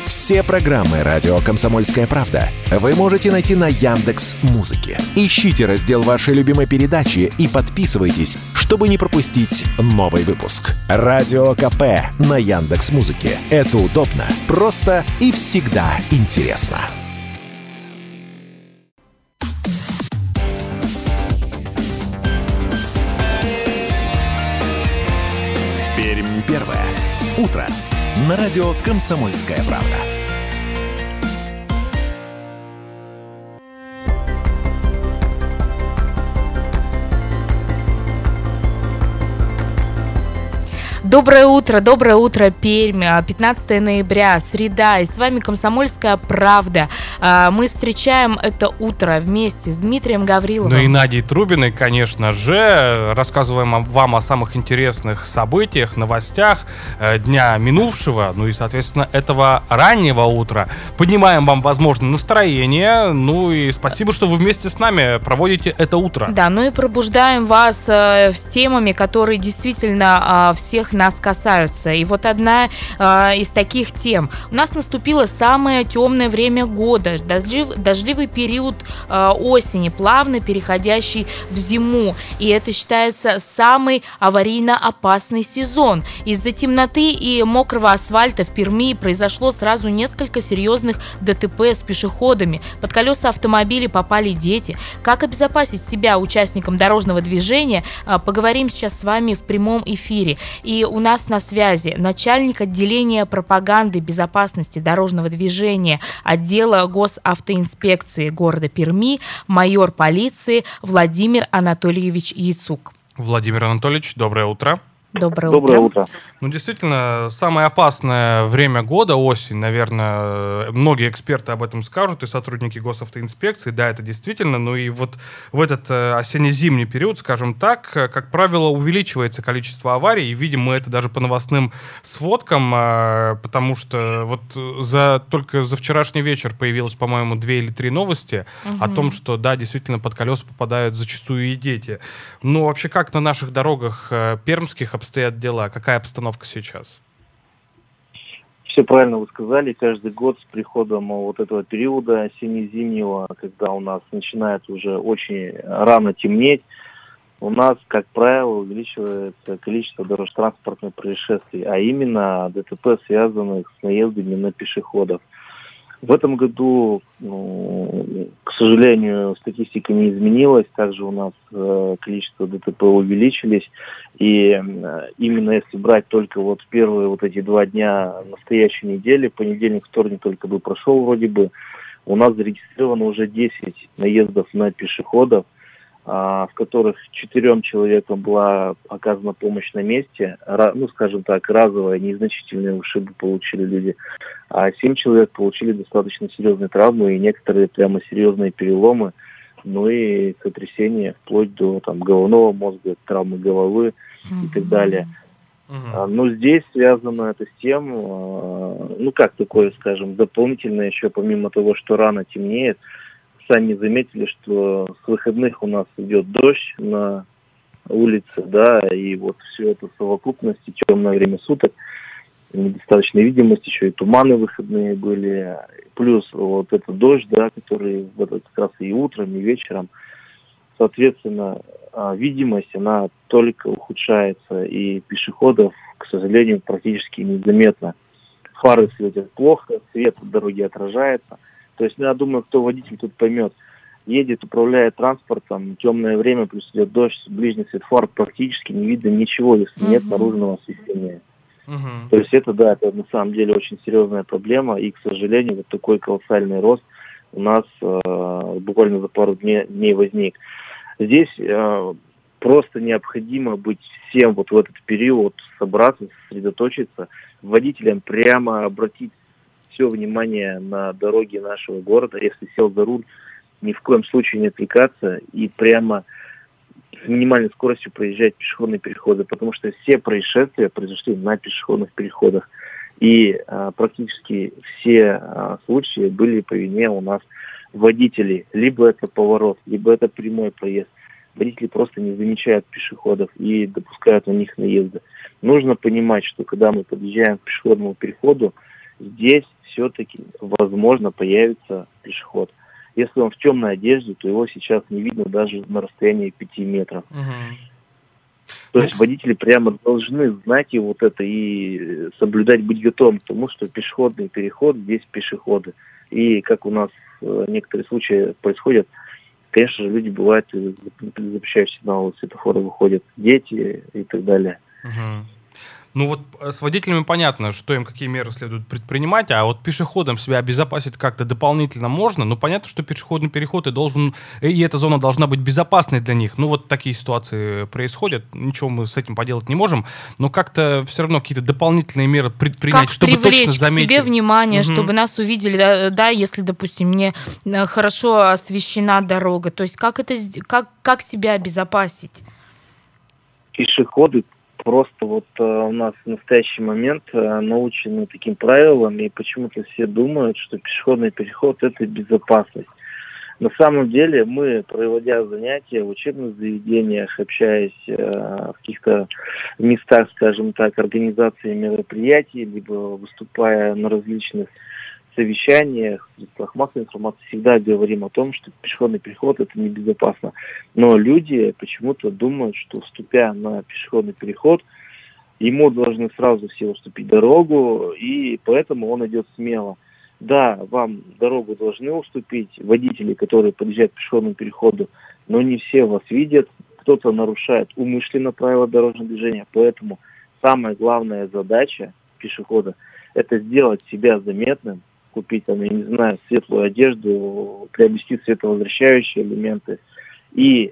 Все программы «Радио Комсомольская правда» вы можете найти на Яндекс.Музыке. Ищите раздел вашей любимой передачи и подписывайтесь, чтобы не пропустить новый выпуск. Радио КП на Яндекс.Музыке. Это удобно, просто и всегда интересно. Пермь первое. Утро. На радио «Комсомольская правда». Доброе утро, Пермь, 15 ноября, среда, и с вами «Комсомольская правда». Мы встречаем это утро вместе с Дмитрием Гавриловым. Ну и Надей Трубиной, конечно же. Рассказываем вам о самых интересных событиях, новостях дня минувшего, ну и, соответственно, этого раннего утра. Поднимаем вам, возможно, настроение, ну и спасибо, что вы вместе с нами проводите это утро. Да, ну и пробуждаем вас с темами, которые действительно всех нас касаются. И вот одна из таких тем. У нас наступило самое темное время года, дождливый период осени, плавно переходящий в зиму. И это считается самый аварийно опасный сезон. Из-за темноты и мокрого асфальта в Перми произошло сразу несколько серьезных ДТП с пешеходами. Под колеса автомобилей попали дети. Как обезопасить себя участникам дорожного движения, поговорим сейчас с вами в прямом эфире. И у нас на связи начальник отделения пропаганды безопасности дорожного движения отдела госавтоинспекции города Перми, майор полиции Владимир Анатольевич Яцук. Владимир Анатольевич, доброе утро. Доброе утро. Ну, действительно, самое опасное время года, осень, наверное, многие эксперты об этом скажут, и сотрудники госавтоинспекции, да, это действительно, ну и вот в этот осенне-зимний период, скажем так, как правило, увеличивается количество аварий, и видим мы это даже по новостным сводкам, потому что вот только за вчерашний вечер появилось, по-моему, 2 или 3 новости о том, что, да, действительно, под колеса попадают зачастую и дети. Ну, вообще, как на наших дорогах пермских обстоят дела? Какая обстановка сейчас? Все правильно вы сказали. Каждый год с приходом вот этого периода осенне-зимнего, когда у нас начинает уже очень рано темнеть, у нас, как правило, увеличивается количество дорожно-транспортных происшествий, а именно ДТП, связанных с наездами на пешеходов. В этом году, к сожалению, статистика не изменилась. Также у нас количество ДТП увеличились. И именно если брать только вот первые вот эти 2 дня настоящей недели, понедельник, вторник только бы прошел вроде бы, у нас зарегистрировано уже 10 наездов на пешеходов, в которых 4 человекам была оказана помощь на месте, ну, скажем так, разовая, незначительные ушибы получили люди, а 7 человек получили достаточно серьезные травмы и некоторые прямо серьезные переломы, ну и сотрясения вплоть до головного мозга, травмы головы и так далее. Но здесь связано это с тем, такое, скажем, дополнительное еще, помимо того, что рано темнеет, сами заметили, что с выходных у нас идет дождь на улице, да, и вот все это в совокупности, темное время суток, недостаточная видимость, еще и туманы выходные были, плюс вот этот дождь, да, который в этот как раз и утром, и вечером, соответственно, видимость, она только ухудшается, и пешеходов, к сожалению, практически незаметно. Фары светят плохо, свет от дороги отражается. То есть, я думаю, кто водитель тут поймет. Едет, управляет транспортом, темное время, плюс идет дождь, ближний свет фар, практически не видно ничего, если нет наружного освещения. То есть это на самом деле очень серьезная проблема, и, к сожалению, вот такой колоссальный рост у нас буквально за пару дней возник. Здесь просто необходимо быть всем вот в этот период, собраться, сосредоточиться, водителям прямо обратить все внимание на дороги нашего города. Если сел за руль, ни в коем случае не отвлекаться и прямо с минимальной скоростью проезжать пешеходные переходы, потому что все происшествия произошли на пешеходных переходах. И практически все случаи были по вине у нас водителей. Либо это поворот, либо это прямой проезд. Водители просто не замечают пешеходов и допускают на них наезды. Нужно понимать, что когда мы подъезжаем к пешеходному переходу, здесь все-таки, возможно, появится пешеход. Если он в темной одежде, то его сейчас не видно даже на расстоянии 5 метров. То есть водители прямо должны знать и вот это, и соблюдать, быть готовым к тому, что пешеходный переход, здесь пешеходы. И как у нас некоторые случаи происходят, конечно же, люди бывают, запрещают сигналы светофора, выходят дети и так далее. Ну вот с водителями понятно, что им какие меры следует предпринимать, а вот пешеходам себя обезопасить как-то дополнительно можно. Ну понятно, что пешеходный переход и эта зона должна быть безопасной для них. Ну вот такие ситуации происходят, ничего мы с этим поделать не можем, но как-то все равно какие-то дополнительные меры предпринять, как чтобы точно заметить. К себе внимание, чтобы нас увидели, да, если, допустим, не хорошо освещена дорога. То есть как себя обезопасить? Пешеходы просто вот у нас в настоящий момент научены таким правилам, и почему-то все думают, что пешеходный переход – это безопасность. На самом деле мы, проводя занятия в учебных заведениях, общаясь в каких-то местах, скажем так, организации мероприятий, либо выступая на различных совещаниях, в средствах массовой информации, всегда говорим о том, что пешеходный переход – это небезопасно. Но люди почему-то думают, что, вступя на пешеходный переход, ему должны сразу все уступить дорогу, и поэтому он идет смело. Да, вам дорогу должны уступить водители, которые подъезжают к пешеходному переходу, но не все вас видят, кто-то нарушает умышленно правила дорожного движения, поэтому самая главная задача пешехода – это сделать себя заметным, купить, там, я не знаю, светлую одежду, приобрести световозвращающие элементы. И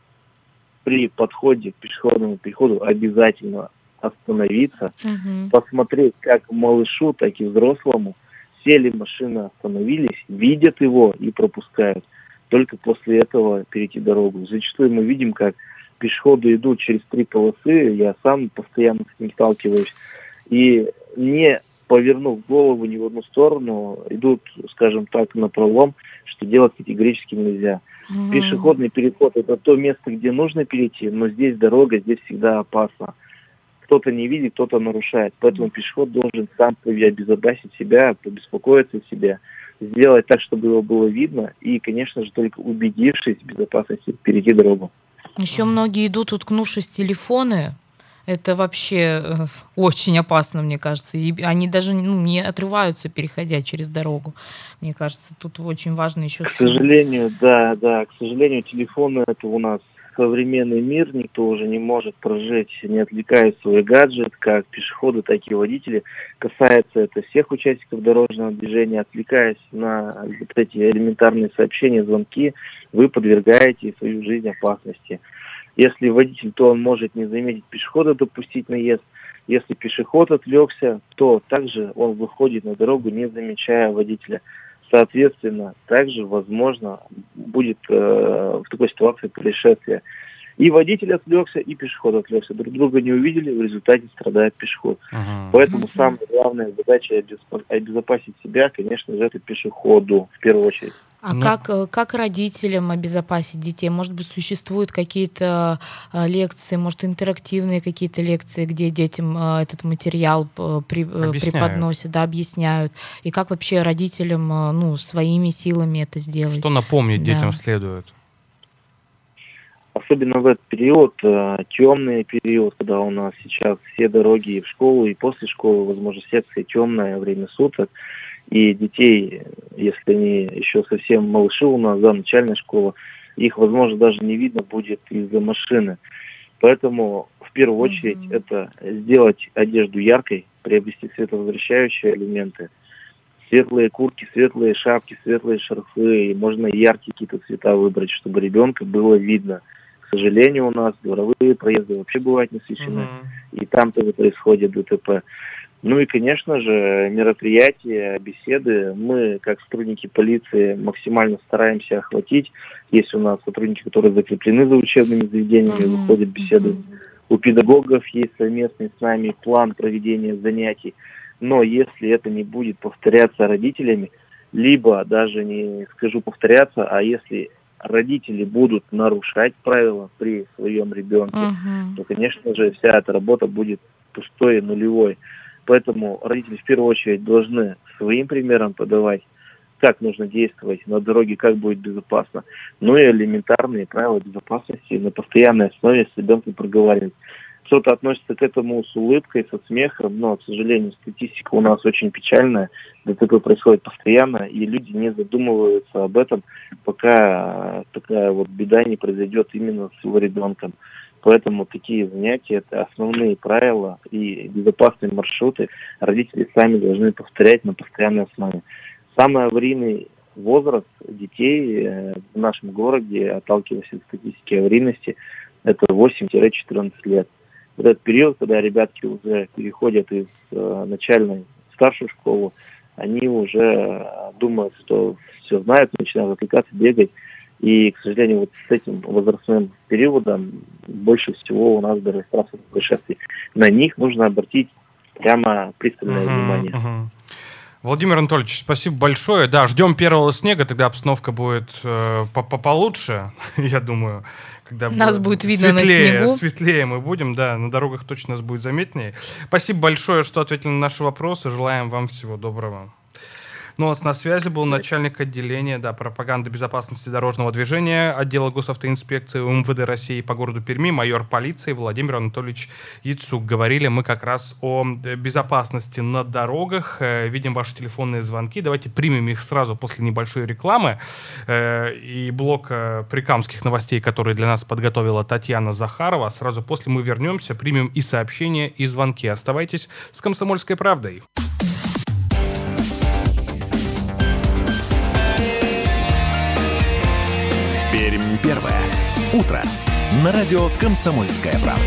при подходе к пешеходному переходу обязательно остановиться, посмотреть как малышу, так и взрослому, все ли машины остановились, видят его и пропускают. Только после этого перейти дорогу. Зачастую мы видим, как пешеходы идут через 3 полосы, я сам постоянно с этим сталкиваюсь, и не повернув голову ни в одну сторону, идут, скажем так, на пролом, что делать категорически нельзя. Пешеходный переход – это то место, где нужно перейти, но здесь дорога, здесь всегда опасно. Кто-то не видит, кто-то нарушает. Поэтому пешеход должен сам обезопасить себя, побеспокоиться о себе, сделать так, чтобы его было видно, и, конечно же, только убедившись в безопасности, перейти дорогу. Еще многие идут, уткнувшись в телефоны. Это вообще очень опасно, мне кажется. И они даже не отрываются, переходя через дорогу. Мне кажется, тут очень важно еще... К сожалению, да, к сожалению, телефоны — это у нас современный мир. Никто уже не может прожить, не отвлекая свой гаджет, как пешеходы, так и водители. Касается это всех участников дорожного движения. Отвлекаясь на вот эти элементарные сообщения, звонки, вы подвергаете свою жизнь опасности. Если водитель, то он может не заметить пешехода, допустить наезд. Если пешеход отвлекся, то также он выходит на дорогу, не замечая водителя. Соответственно, также, возможно, будет в такой ситуации происшествие. И водитель отвлекся, и пешеход отвлекся. Друг друга не увидели, в результате страдает пешеход. Поэтому самая главная задача обезопасить себя, конечно же, это пешеходу в первую очередь. А как родителям обезопасить детей? Может быть, существуют какие-то лекции, может, интерактивные какие-то лекции, где детям этот материал преподносят, да, объясняют? И как вообще родителям своими силами это сделать? Что напомнить детям следует? Особенно в этот период, темный период, когда у нас сейчас все дороги и в школу, и после школы, возможно, секции темное время суток. И детей, если они еще совсем малыши у нас, начальная школа, их, возможно, даже не видно будет из-за машины. Поэтому, в первую очередь, это сделать одежду яркой, приобрести световозвращающие элементы. Светлые куртки, светлые шапки, светлые шарфы, и можно яркие какие-то цвета выбрать, чтобы ребенка было видно. К сожалению, у нас дворовые проезды вообще бывают не освещены, и там тоже происходит ДТП. Ну и, конечно же, мероприятия, беседы мы, как сотрудники полиции, максимально стараемся охватить. Есть у нас сотрудники, которые закреплены за учебными заведениями, выходят беседы. У педагогов есть совместный с нами план проведения занятий. Но если это не будет повторяться родителями, либо даже не скажу повторяться, а если родители будут нарушать правила при своем ребенке, то, конечно же, вся эта работа будет пустой и нулевой. Поэтому родители в первую очередь должны своим примером подавать, как нужно действовать на дороге, как будет безопасно. Ну и элементарные правила безопасности на постоянной основе с ребенком проговаривать. Кто-то относится к этому с улыбкой, со смехом, но, к сожалению, статистика у нас очень печальная. ДТП происходит постоянно, и люди не задумываются об этом, пока такая вот беда не произойдет именно с его ребенком. Поэтому такие занятия – это основные правила и безопасные маршруты. Родители сами должны повторять на постоянной основе. Самый аварийный возраст детей в нашем городе, отталкиваясь от статистики аварийности, это 8-14 лет. Вот этот период, когда ребятки уже переходят из начальной в старшую школу, они уже думают, что все знают, начинают отвлекаться, бегать. И, к сожалению, вот с этим возрастным периодом больше всего у нас дорожно-транспортных происшествий. На них нужно обратить прямо пристальное внимание. Владимир Анатольевич, спасибо большое. Да, ждем первого снега, тогда обстановка будет получше, я думаю. Когда нас будет видно на снегу. Светлее мы будем, да, на дорогах точно нас будет заметнее. Спасибо большое, что ответили на наши вопросы. Желаем вам всего доброго. Ну, у нас на связи был начальник отделения пропаганды безопасности дорожного движения отдела госавтоинспекции МВД России по городу Перми, майор полиции Владимир Анатольевич Яцук. Говорили мы как раз о безопасности на дорогах. Видим ваши телефонные звонки. Давайте примем их сразу после небольшой рекламы и блока прикамских новостей, которые для нас подготовила Татьяна Захарова. Сразу после мы вернемся, примем и сообщения, и звонки. Оставайтесь с «Комсомольской правдой». Пермь первое. Утро. На радио «Комсомольская правда».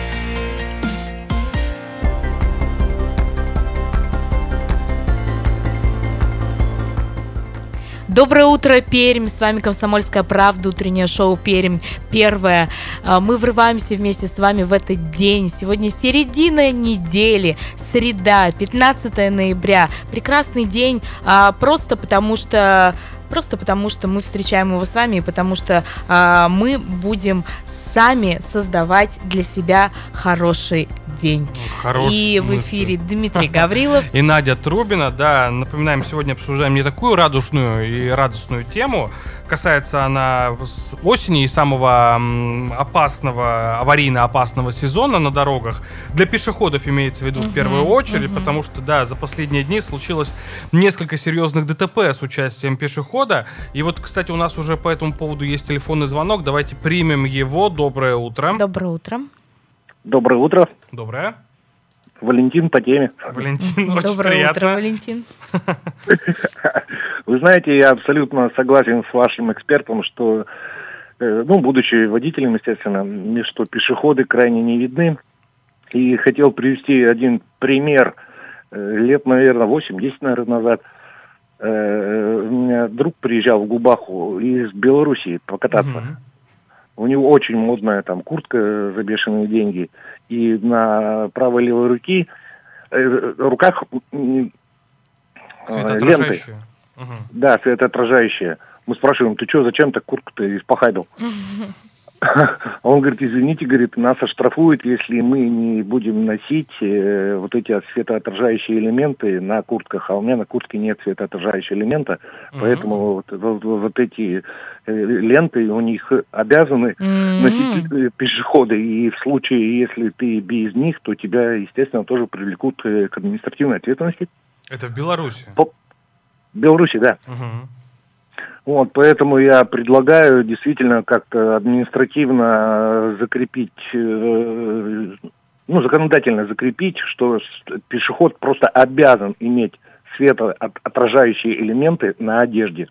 Доброе утро, Пермь! С вами «Комсомольская правда», утреннее шоу «Пермь первое». Мы врываемся вместе с вами в этот день. Сегодня середина недели, среда, 15 ноября. Прекрасный день, просто потому что мы встречаем его с вами, и потому что мы будем сами создавать для себя хороший день. И в эфире Дмитрий Гаврилов и Надя Трубина. Да, напоминаем, сегодня обсуждаем не такую радушную и радостную тему. Касается она осени и самого опасного, аварийно опасного сезона на дорогах. Для пешеходов имеется в виду в первую очередь, потому что, да, за последние дни случилось несколько серьезных ДТП с участием пешехода. И вот, кстати, у нас уже по этому поводу есть телефонный звонок. Давайте примем его. Доброе утро. Доброе утро. Доброе утро. Доброе. Валентин по теме. Валентин, очень Доброе приятно. утро, Валентин. Вы знаете, я абсолютно согласен с вашим экспертом, что, будучи водителем, естественно, что пешеходы крайне не видны. И хотел привести один пример. Лет, наверное, 8-10, наверное, назад у меня друг приезжал в Губаху из Белоруссии покататься. У него очень модная там куртка за бешеные деньги. И на правой и левой руках ленты. Да, светоотражающие. Мы спрашиваем, ты что, зачем так куртку-то испохабил? Он говорит, извините, говорит, нас оштрафуют, если мы не будем носить вот эти светоотражающие элементы на куртках, а у меня на куртке нет светоотражающего элемента, поэтому вот эти ленты у них обязаны носить пешеходы, и в случае, если ты без них, то тебя, естественно, тоже привлекут к административной ответственности. Это в Беларуси? В Беларуси, да. Вот, поэтому я предлагаю действительно как-то административно закрепить, законодательно закрепить, что пешеход просто обязан иметь светоотражающие элементы на одежде.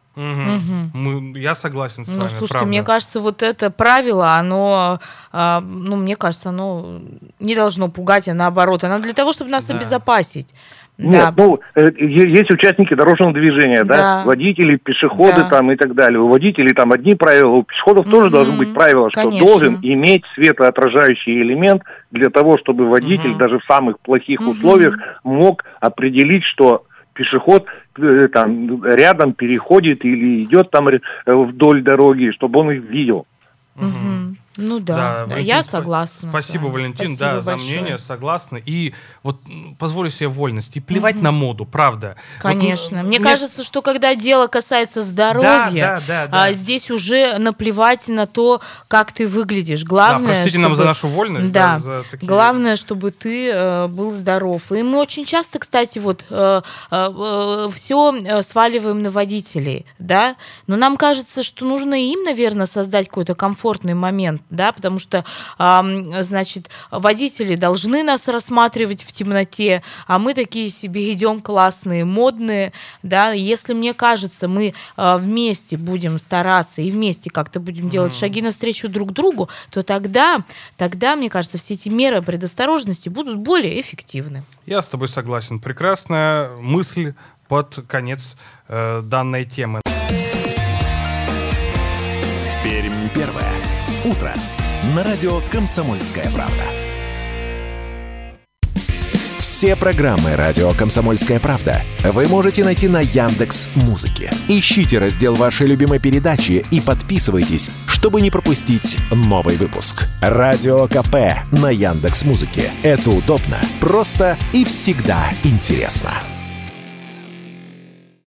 Я согласен с вами. Слушайте, правда. мне кажется, вот это правило, оно, мне кажется, оно не должно пугать, а наоборот, оно для того, чтобы нас обезопасить. Нет, есть участники дорожного движения, да, водители, пешеходы там и так далее. У водителей там одни правила, у пешеходов тоже должны быть правила, что должен иметь светоотражающий элемент для того, чтобы водитель даже в самых плохих условиях мог определить, что пешеход там рядом переходит или идет там вдоль дороги, чтобы он их видел. Ну да, Валентин, я согласна. Спасибо, Валентин, Спасибо за большое. мнение, согласна. И вот позволю себе вольность. И плевать на моду, правда. Конечно. Вот, Мне кажется, что когда дело касается здоровья, да. Здесь уже наплевать на то, как ты выглядишь. Главное, простите нам за нашу вольность. Да, за такие... главное, чтобы ты был здоров. И мы очень часто, кстати, все сваливаем на водителей, да, но нам кажется, что нужно им, наверное, создать какой-то комфортный момент, да, потому что, значит, водители должны нас рассматривать в темноте, а мы такие себе идем классные, модные, да, если, мне кажется, мы вместе будем стараться и вместе как-то будем делать шаги навстречу друг другу, то тогда, мне кажется, все эти меры предосторожности будут более эффективны. Я с тобой согласен. Прекрасная мысль под конец данной темы. Пермь первое. Утро. На радио «Комсомольская правда». Все программы радио «Комсомольская правда» вы можете найти на Яндекс.Музыке. Ищите раздел вашей любимой передачи и подписывайтесь, чтобы не пропустить новый выпуск. Радио КП на Яндекс.Музыке. Это удобно, просто и всегда интересно.